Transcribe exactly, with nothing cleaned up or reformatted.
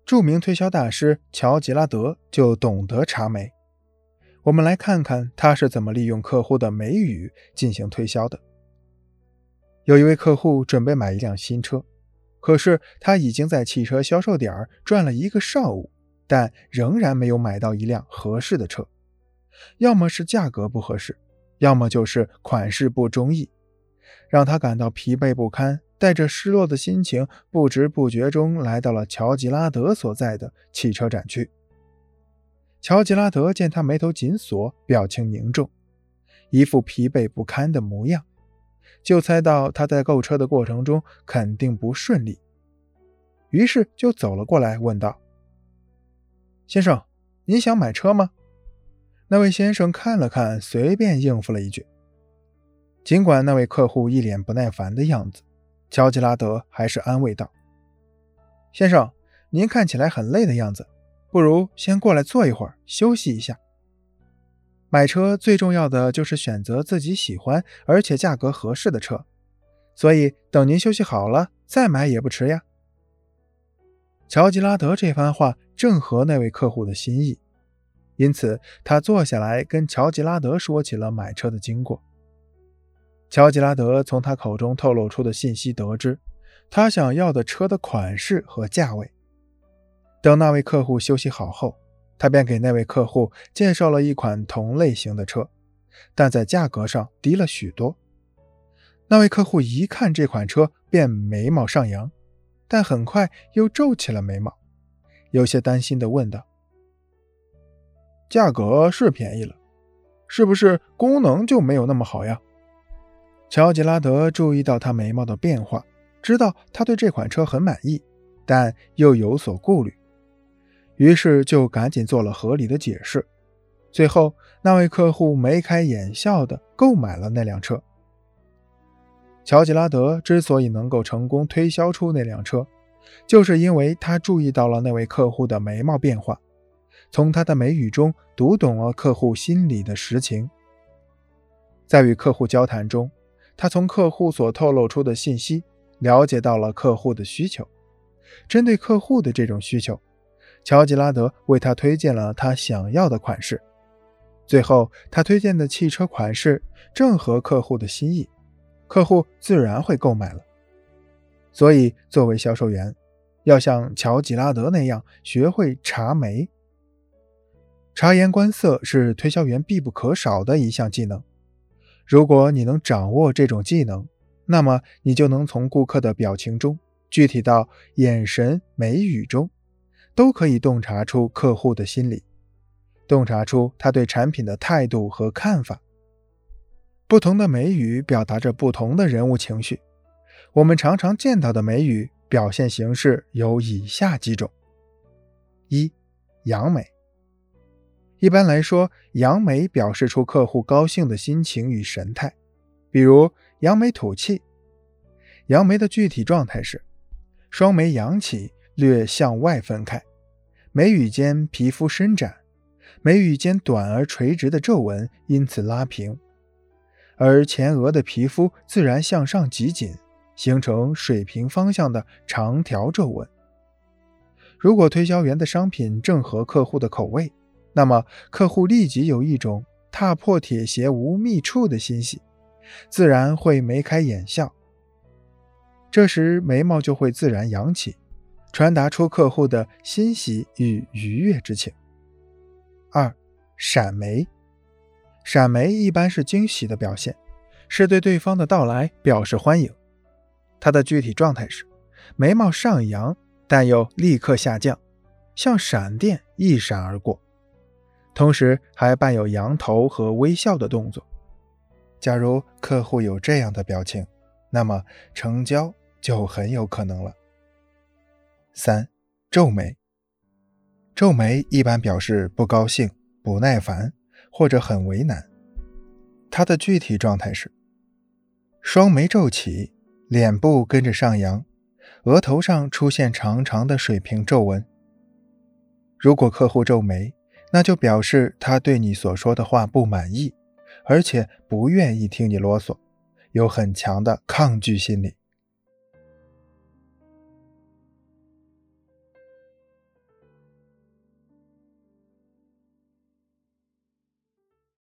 著名推销大师乔吉拉德就懂得查眉。我们来看看他是怎么利用客户的眉语进行推销的。有一位客户准备买一辆新车，可是他已经在汽车销售点转了一个上午，但仍然没有买到一辆合适的车。要么是价格不合适，要么就是款式不中意，让他感到疲惫不堪，带着失落的心情，不知不觉中来到了乔吉拉德所在的汽车展区。乔吉拉德见他眉头紧锁，表情凝重，一副疲惫不堪的模样，就猜到他在购车的过程中肯定不顺利，于是就走了过来问道：先生，您想买车吗？那位先生看了看，随便应付了一句。尽管那位客户一脸不耐烦的样子，乔吉拉德还是安慰道：先生，您看起来很累的样子，不如先过来坐一会儿，休息一下。买车最重要的就是选择自己喜欢而且价格合适的车，所以等您休息好了再买也不迟呀。乔吉拉德这番话正合那位客户的心意，因此他坐下来跟乔吉拉德说起了买车的经过。乔吉拉德从他口中透露出的信息得知，他想要的车的款式和价位。等那位客户休息好后，他便给那位客户介绍了一款同类型的车，但在价格上低了许多。那位客户一看这款车便眉毛上扬，但很快又皱起了眉毛，有些担心地问道：价格是便宜了，是不是功能就没有那么好呀？乔吉拉德注意到他眉毛的变化，知道他对这款车很满意，但又有所顾虑，于是就赶紧做了合理的解释。最后那位客户眉开眼笑地购买了那辆车。乔吉拉德之所以能够成功推销出那辆车，就是因为他注意到了那位客户的眉毛变化，从他的眉语中读懂了客户心里的实情。在与客户交谈中，他从客户所透露出的信息了解到了客户的需求。针对客户的这种需求，乔吉拉德为他推荐了他想要的款式。最后他推荐的汽车款式正合客户的心意，客户自然会购买了。所以作为销售员，要像乔吉拉德那样学会查眉。察言观色是推销员必不可少的一项技能。如果你能掌握这种技能，那么你就能从顾客的表情中，具体到眼神、眉语中，都可以洞察出客户的心理，洞察出他对产品的态度和看法。不同的眉语表达着不同的人物情绪。我们常常见到的眉语表现形式有以下几种：一、扬眉。一般来说，扬眉表示出客户高兴的心情与神态，比如扬眉吐气。扬眉的具体状态是：双眉扬起，略向外分开，眉宇间皮肤伸展，眉宇间短而垂直的皱纹因此拉平，而前额的皮肤自然向上挤紧，形成水平方向的长条皱纹。如果推销员的商品正合客户的口味，那么客户立即有一种踏破铁鞋无觅处的欣喜，自然会眉开眼笑。这时眉毛就会自然扬起，传达出客户的欣喜与愉悦之情。二、闪眉。闪眉一般是惊喜的表现，是对对方的到来表示欢迎。它的具体状态是：眉毛上扬，但又立刻下降，像闪电一闪而过，同时还伴有扬头和微笑的动作。假如客户有这样的表情，那么成交就很有可能了。三、皱眉。皱眉一般表示不高兴、不耐烦或者很为难。它的具体状态是：双眉皱起，脸部跟着上扬，额头上出现长长的水平皱纹。如果客户皱眉，那就表示他对你所说的话不满意，而且不愿意听你啰嗦，有很强的抗拒心理。